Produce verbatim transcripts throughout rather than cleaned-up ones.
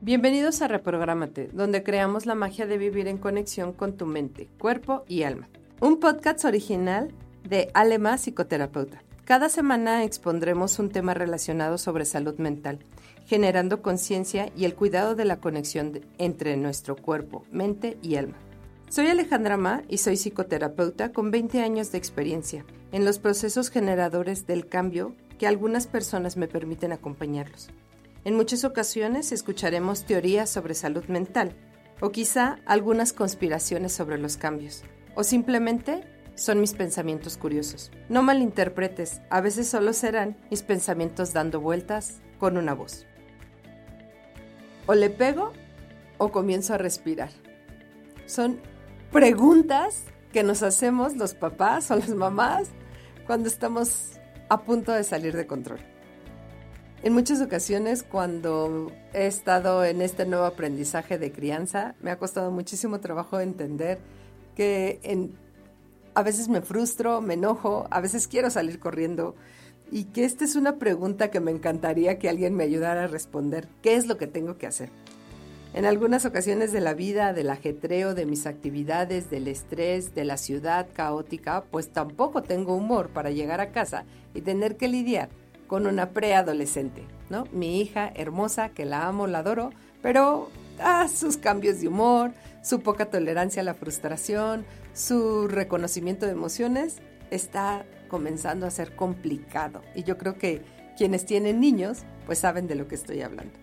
Bienvenidos a Reprográmate, donde creamos la magia de vivir en conexión con tu mente, cuerpo y alma. Un podcast original de Alema, psicoterapeuta. Cada semana expondremos un tema relacionado sobre salud mental, generando conciencia y el cuidado de la conexión de, entre nuestro cuerpo, mente y alma. Soy Alejandra Ma y soy psicoterapeuta con veinte años de experiencia en los procesos generadores del cambio que algunas personas me permiten acompañarlos. En muchas ocasiones escucharemos teorías sobre salud mental, o quizá algunas conspiraciones sobre los cambios, o simplemente son mis pensamientos curiosos. No malinterpretes, a veces solo serán mis pensamientos dando vueltas con una voz. O le pego o comienzo a respirar. Son preguntas que nos hacemos los papás o las mamás cuando estamos a punto de salir de control. En muchas ocasiones, cuando he estado en este nuevo aprendizaje de crianza, me ha costado muchísimo trabajo entender que en, a veces me frustro, me enojo, a veces quiero salir corriendo y que esta es una pregunta que me encantaría que alguien me ayudara a responder. ¿Qué es lo que tengo que hacer? En algunas ocasiones de la vida, del ajetreo, de mis actividades, del estrés, de la ciudad caótica, pues tampoco tengo humor para llegar a casa y tener que lidiar con una preadolescente, ¿no? Mi hija hermosa, que la amo, la adoro, pero ah, sus cambios de humor, su poca tolerancia a la frustración, su reconocimiento de emociones, está comenzando a ser complicado. Y yo creo que quienes tienen niños, pues saben de lo que estoy hablando.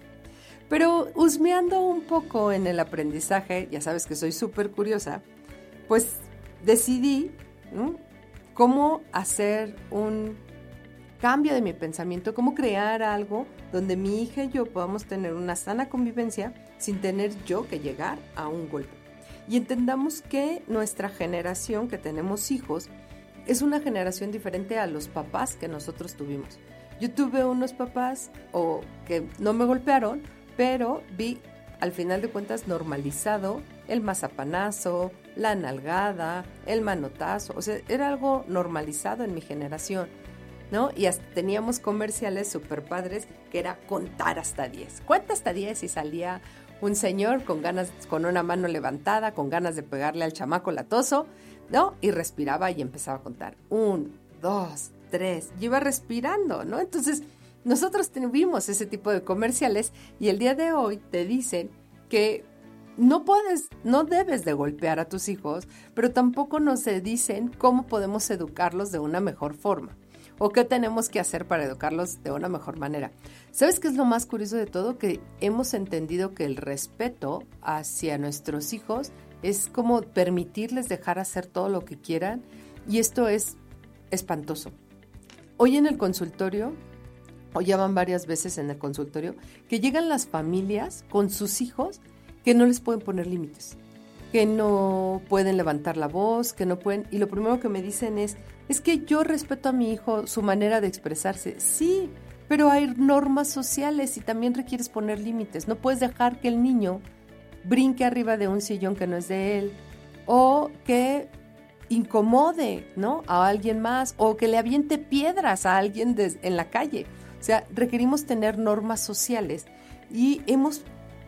Pero husmeando un poco en el aprendizaje, ya sabes que soy súper curiosa, pues decidí, ¿no?, cómo hacer un cambio de mi pensamiento, cómo crear algo donde mi hija y yo podamos tener una sana convivencia sin tener yo que llegar a un golpe. Y entendamos que nuestra generación, que tenemos hijos, es una generación diferente a los papás que nosotros tuvimos. Yo tuve unos papás o que no me golpearon, pero vi al final de cuentas normalizado el mazapanazo, la nalgada, el manotazo. O sea, era algo normalizado en mi generación, ¿no? Y hasta teníamos comerciales súper padres que era contar hasta diez. Cuenta hasta diez y salía un señor con ganas, con una mano levantada, con ganas de pegarle al chamaco latoso, ¿no? Y respiraba y empezaba a contar. Un, dos, tres. Y iba respirando, ¿no? Entonces, nosotros tuvimos ese tipo de comerciales y el día de hoy te dicen que no puedes, no debes de golpear a tus hijos, pero tampoco nos dicen cómo podemos educarlos de una mejor forma. ¿O qué tenemos que hacer para educarlos de una mejor manera? ¿Sabes qué es lo más curioso de todo? Que hemos entendido que el respeto hacia nuestros hijos es como permitirles dejar hacer todo lo que quieran, y esto es espantoso. Hoy en el consultorio, o ya van varias veces en el consultorio, que llegan las familias con sus hijos que no les pueden poner límites, que no pueden levantar la voz, que no pueden, y lo primero que me dicen es, es que yo respeto a mi hijo su manera de expresarse. Sí, pero hay normas sociales y también requieres poner límites. No puedes dejar que el niño brinque arriba de un sillón que no es de él, o que incomode, ¿no?, a alguien más, o que le aviente piedras a alguien de, en la calle. O sea, requerimos tener normas sociales y hemos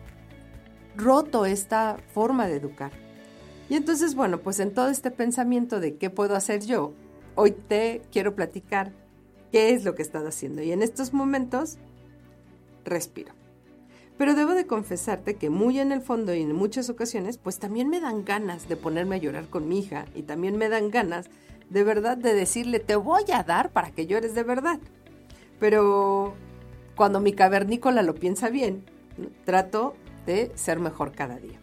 roto esta forma de educar. Y entonces, bueno, pues en todo este pensamiento de qué puedo hacer yo, hoy te quiero platicar qué es lo que he estado haciendo. Y en estos momentos, respiro. Pero debo de confesarte que muy en el fondo y en muchas ocasiones, pues también me dan ganas de ponerme a llorar con mi hija. Y también me dan ganas, de verdad, de decirle, te voy a dar para que llores de verdad. Pero cuando mi cavernícola lo piensa bien, ¿no?, trato de ser mejor cada día.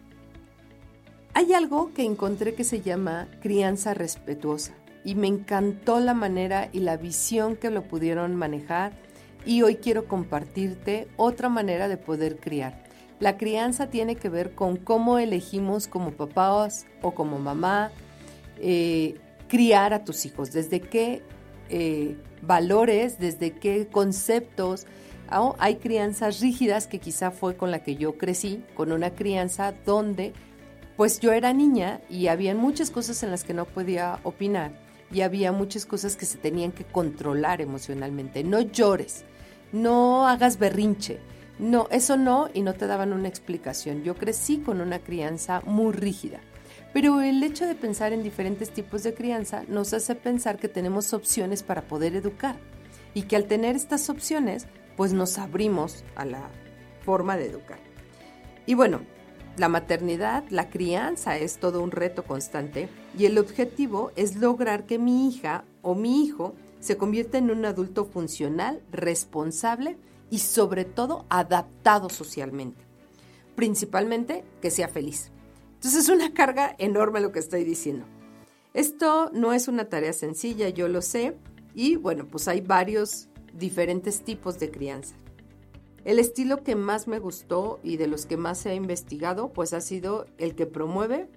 Hay algo que encontré que se llama crianza respetuosa y me encantó la manera y la visión que lo pudieron manejar, y hoy quiero compartirte otra manera de poder criar. La crianza tiene que ver con cómo elegimos como papás o como mamá eh, criar a tus hijos, desde qué eh, valores, desde qué conceptos. Oh, hay crianzas rígidas, que quizá fue con la que yo crecí, con una crianza donde pues yo era niña y había muchas cosas en las que no podía opinar y había muchas cosas que se tenían que controlar emocionalmente. No llores, no hagas berrinche, No, eso no, y no te daban una explicación. Yo crecí con una crianza muy rígida. Pero el hecho de pensar en diferentes tipos de crianza nos hace pensar que tenemos opciones para poder educar y que al tener estas opciones, pues nos abrimos a la forma de educar. Y bueno, la maternidad, la crianza es todo un reto constante y el objetivo es lograr que mi hija o mi hijo se convierta en un adulto funcional, responsable y sobre todo adaptado socialmente. Principalmente que sea feliz. Entonces es una carga enorme lo que estoy diciendo. Esto no es una tarea sencilla, yo lo sé, y bueno, pues hay varios diferentes tipos de crianza. El estilo que más me gustó y de los que más se ha investigado, pues ha sido el que promueve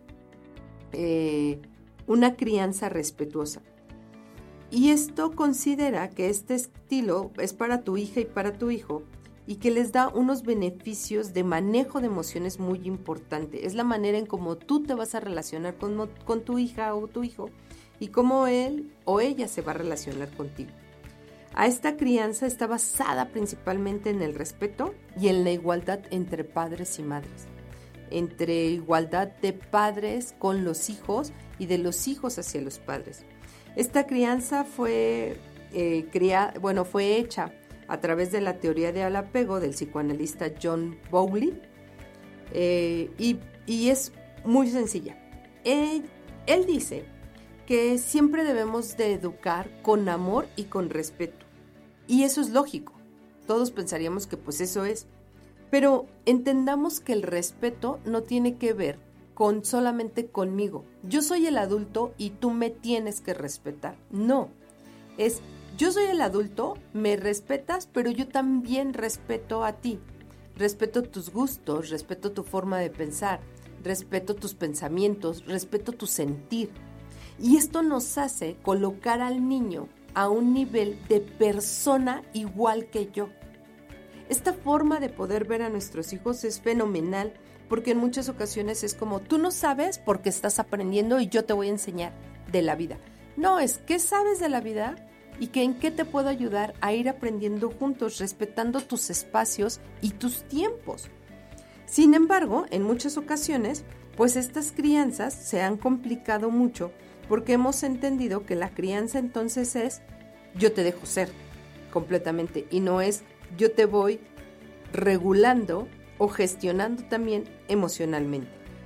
eh, una crianza respetuosa. Y esto considera que este estilo es para tu hija y para tu hijo, y que les da unos beneficios de manejo de emociones muy importante. Es la manera en cómo tú te vas a relacionar con, con tu hija o tu hijo y cómo él o ella se va a relacionar contigo. A esta crianza está basada principalmente en el respeto y en la igualdad entre padres y madres, entre igualdad de padres con los hijos y de los hijos hacia los padres. Esta crianza fue, eh, crea, bueno, fue hecha a través de la teoría del apego del psicoanalista John Bowlby, eh, y, y es muy sencilla. Él, él dice que siempre debemos de educar con amor y con respeto, y eso es lógico, todos pensaríamos que pues eso es, pero entendamos que el respeto no tiene que ver con solamente conmigo, yo soy el adulto y tú me tienes que respetar, no, es yo soy el adulto, me respetas, pero yo también respeto a ti. Respeto tus gustos, respeto tu forma de pensar, respeto tus pensamientos, respeto tu sentir. Y esto nos hace colocar al niño a un nivel de persona igual que yo. Esta forma de poder ver a nuestros hijos es fenomenal porque en muchas ocasiones es como, tú no sabes porque estás aprendiendo y yo te voy a enseñar de la vida. No, es ¿qué sabes de la vida? Y que en qué te puedo ayudar a ir aprendiendo juntos, respetando tus espacios y tus tiempos. Sin embargo, en muchas ocasiones, pues estas crianzas se han complicado mucho porque hemos entendido que la crianza entonces es yo te dejo ser completamente y no es yo te voy regulando o gestionando también emocionalmente.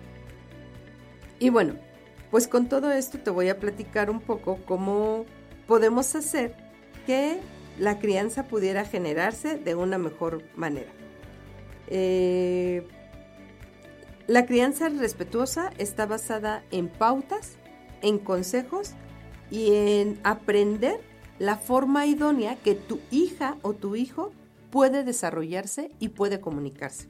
Y bueno, pues con todo esto te voy a platicar un poco cómo podemos hacer que la crianza pudiera generarse de una mejor manera. Eh, la crianza respetuosa está basada en pautas, en consejos y en aprender la forma idónea que tu hija o tu hijo puede desarrollarse y puede comunicarse.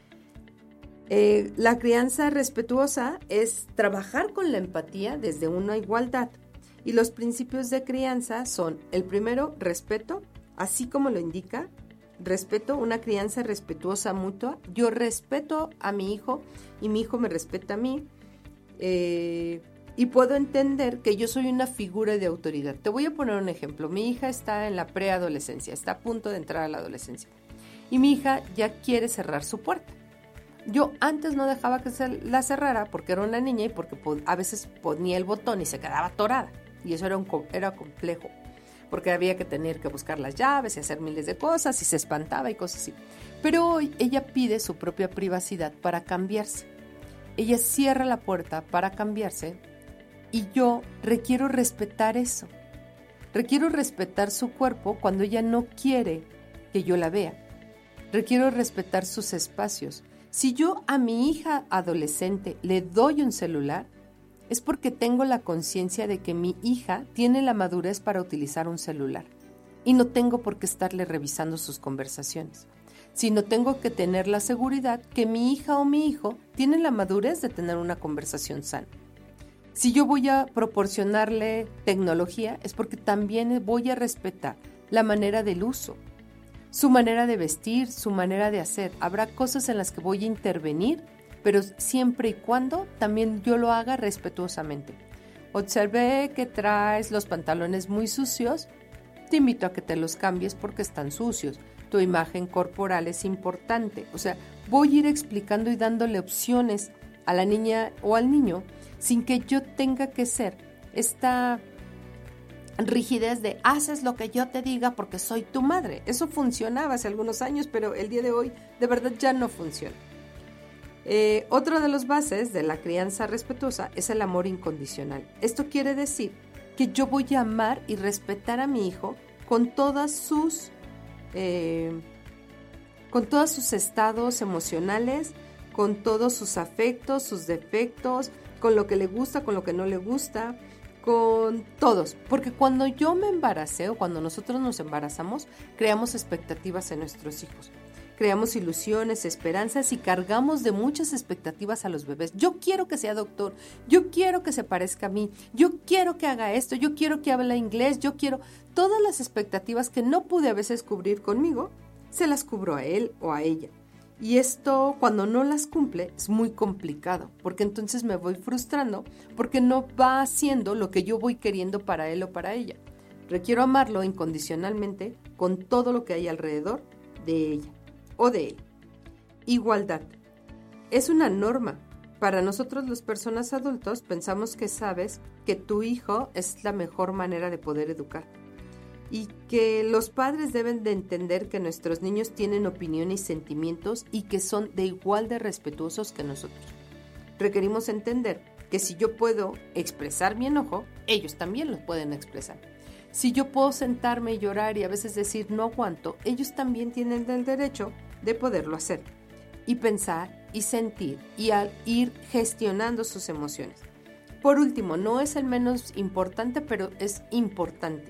Eh, la crianza respetuosa es trabajar con la empatía desde una igualdad. Y los principios de crianza son, el primero, respeto, así como lo indica, respeto, una crianza respetuosa mutua. Yo respeto a mi hijo y mi hijo me respeta a mí. Eh, y puedo entender que yo soy una figura de autoridad. Te voy a poner un ejemplo. Mi hija está en la preadolescencia, está a punto de entrar a la adolescencia. Y mi hija ya quiere cerrar su puerta. Yo antes no dejaba que se la cerrara porque era una niña y porque a veces ponía el botón y se quedaba atorada. Y eso era, un, era complejo, porque había que tener que buscar las llaves y hacer miles de cosas y se espantaba y cosas así. Pero hoy ella pide su propia privacidad para cambiarse. Ella cierra la puerta para cambiarse y yo requiero respetar eso. Requiero respetar su cuerpo cuando ella no quiere que yo la vea. Requiero respetar sus espacios. Si yo a mi hija adolescente le doy un celular, es porque tengo la conciencia de que mi hija tiene la madurez para utilizar un celular y no tengo por qué estarle revisando sus conversaciones, sino tengo que tener la seguridad que mi hija o mi hijo tienen la madurez de tener una conversación sana. Si yo voy a proporcionarle tecnología es porque también voy a respetar la manera del uso, su manera de vestir, su manera de hacer. Habrá cosas en las que voy a intervenir, pero siempre y cuando también yo lo haga respetuosamente. Observé que traes los pantalones muy sucios, te invito a que te los cambies porque están sucios. tu imagen corporal es importante. O sea, voy a ir explicando y dándole opciones a la niña o al niño sin que yo tenga que ser esta rigidez de haces lo que yo te diga porque soy tu madre. Eso funcionaba hace algunos años, pero el día de hoy de verdad ya no funciona. Eh, otro de los bases de la crianza respetuosa es el amor incondicional. Esto quiere decir que yo voy a amar y respetar a mi hijo con todas sus eh, con todos sus estados emocionales, con todos sus afectos, sus defectos, con lo que le gusta, con lo que no le gusta, con todos. Porque cuando yo me embaracé o cuando nosotros nos embarazamos, creamos expectativas en nuestros hijos. Creamos ilusiones, esperanzas y cargamos de muchas expectativas a los bebés. Yo quiero que sea doctor, yo quiero que se parezca a mí, yo quiero que haga esto, yo quiero que hable inglés, yo quiero... Todas las expectativas que no pude a veces cubrir conmigo, se las cubro a él o a ella. Y esto, cuando no las cumple, es muy complicado, porque entonces me voy frustrando, porque no va haciendo lo que yo voy queriendo para él o para ella. Requiero amarlo incondicionalmente con todo lo que hay alrededor de ella o de él. Igualdad. Es una norma. Para nosotros las personas adultos pensamos que sabes que tu hijo es la mejor manera de poder educar y que los padres deben de entender que nuestros niños tienen opinión y sentimientos y que son de igual de respetuosos que nosotros. Requerimos entender que si yo puedo expresar mi enojo, ellos también lo pueden expresar. Si yo puedo sentarme y llorar y a veces decir no aguanto, ellos también tienen el derecho de poderlo hacer y pensar y sentir y al ir gestionando sus emociones. Por último, no es el menos importante, pero es importante.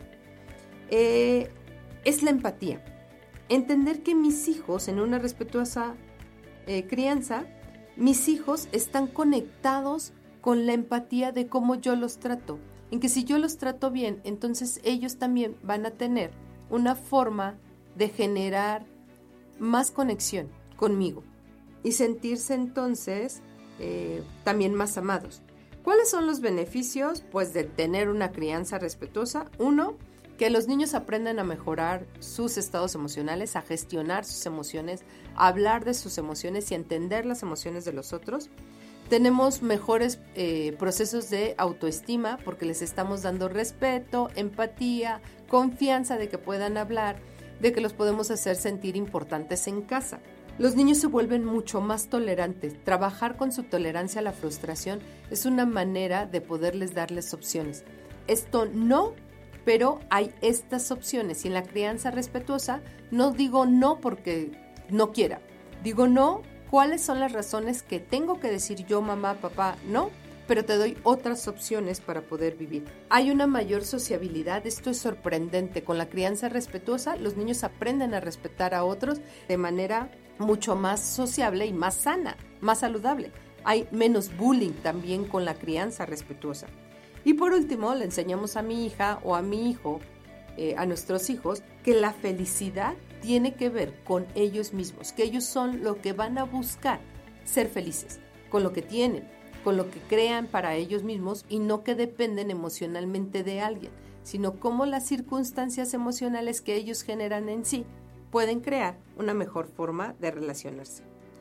Eh, es la empatía. Entender que mis hijos, en una respetuosa eh, crianza, mis hijos están conectados con la empatía de cómo yo los trato. En que si yo los trato bien, entonces ellos también van a tener una forma de generar más conexión conmigo y sentirse entonces eh, también más amados. ¿Cuáles son los beneficios? Pues de tener una crianza respetuosa. Uno, que los niños aprendan a mejorar sus estados emocionales, a gestionar sus emociones, a hablar de sus emociones y a entender las emociones de los otros. Tenemos mejores eh, procesos de autoestima porque les estamos dando respeto, empatía, confianza de que puedan hablar, de que los podemos hacer sentir importantes en casa. Los niños se vuelven mucho más tolerantes. Trabajar con su tolerancia a la frustración es una manera de poderles darles opciones. Esto no, pero hay estas opciones. Y en la crianza respetuosa no digo no porque no quiera. Digo no, ¿cuáles son las razones que tengo que decir yo, mamá, papá, no? Pero te doy otras opciones para poder vivir. Hay una mayor sociabilidad, esto es sorprendente. Con la crianza respetuosa, los niños aprenden a respetar a otros de manera mucho más sociable y más sana, más saludable. Hay menos bullying también con la crianza respetuosa. Y por último, le enseñamos a mi hija o a mi hijo, eh, a nuestros hijos, que la felicidad tiene que ver con ellos mismos, que ellos son lo que van a buscar, ser felices, con lo que tienen, con lo que crean para ellos mismos y no que dependen emocionalmente de alguien, sino cómo las circunstancias emocionales que ellos generan en sí pueden crear una mejor forma de relacionarse.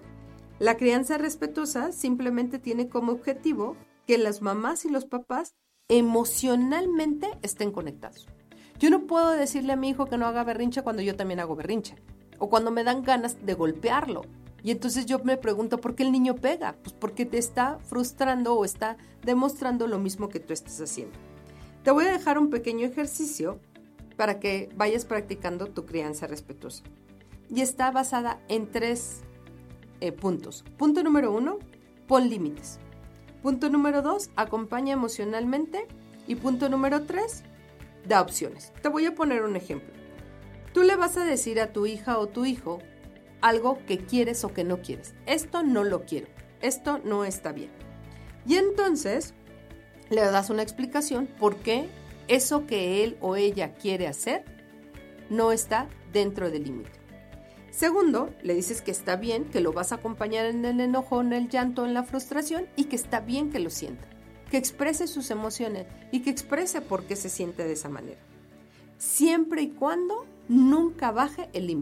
La crianza respetuosa simplemente tiene como objetivo que las mamás y los papás emocionalmente estén conectados. Yo no puedo decirle a mi hijo que no haga berrinche cuando yo también hago berrinche, o cuando me dan ganas de golpearlo. Y entonces yo me pregunto, ¿por qué el niño pega? Pues porque te está frustrando o está demostrando lo mismo que tú estás haciendo. Te voy a dejar un pequeño ejercicio para que vayas practicando tu crianza respetuosa. Y está basada en tres eh, puntos. Punto número uno, pon límites. Punto número dos, acompaña emocionalmente. Y punto número tres, da opciones. Te voy a poner un ejemplo. Tú le vas a decir a tu hija o tu hijo algo que quieres o que no quieres. Esto no lo quiero. Esto no está bien. Y entonces le das una explicación por qué eso que él o ella quiere hacer no está dentro del límite. Segundo, le dices que está bien, que lo vas a acompañar en el enojo, en el llanto, en la frustración y que está bien que lo sienta, que exprese sus emociones y que exprese por qué se siente de esa manera. Siempre y cuando nunca baje el límite.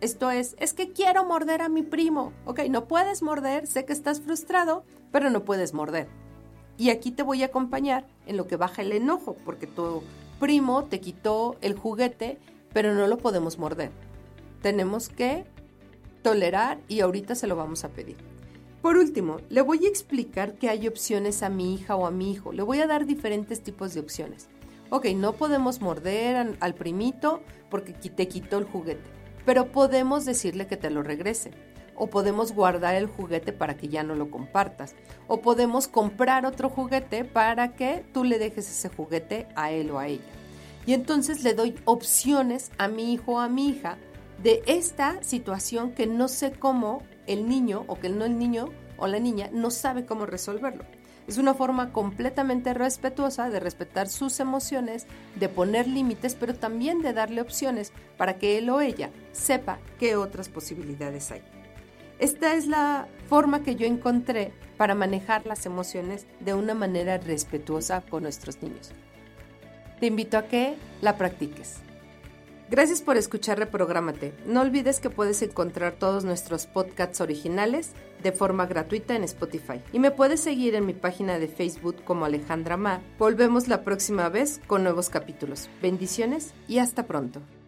Esto es, es que quiero morder a mi primo. Ok, no puedes morder, sé que estás frustrado, pero no puedes morder. Y aquí te voy a acompañar en lo que baja el enojo, porque tu primo te quitó el juguete, pero no lo podemos morder. Tenemos que tolerar y ahorita se lo vamos a pedir. Por último, le voy a explicar que hay opciones a mi hija o a mi hijo. Le voy a dar diferentes tipos de opciones. Ok, no podemos morder al primito porque te quitó el juguete, pero podemos decirle que te lo regrese. O podemos guardar el juguete para que ya no lo compartas. O podemos comprar otro juguete para que tú le dejes ese juguete a él o a ella. Y entonces le doy opciones a mi hijo o a mi hija de esta situación que no sé cómo el niño o que no el niño o la niña no sabe cómo resolverlo. Es una forma completamente respetuosa de respetar sus emociones, de poner límites, pero también de darle opciones para que él o ella sepa qué otras posibilidades hay. Esta es la forma que yo encontré para manejar las emociones de una manera respetuosa con nuestros niños. Te invito a que la practiques. Gracias por escuchar Reprográmate. No olvides que puedes encontrar todos nuestros podcasts originales de forma gratuita en Spotify. Y me puedes seguir en mi página de Facebook como Alejandra Ma. Volvemos la próxima vez con nuevos capítulos. Bendiciones y hasta pronto.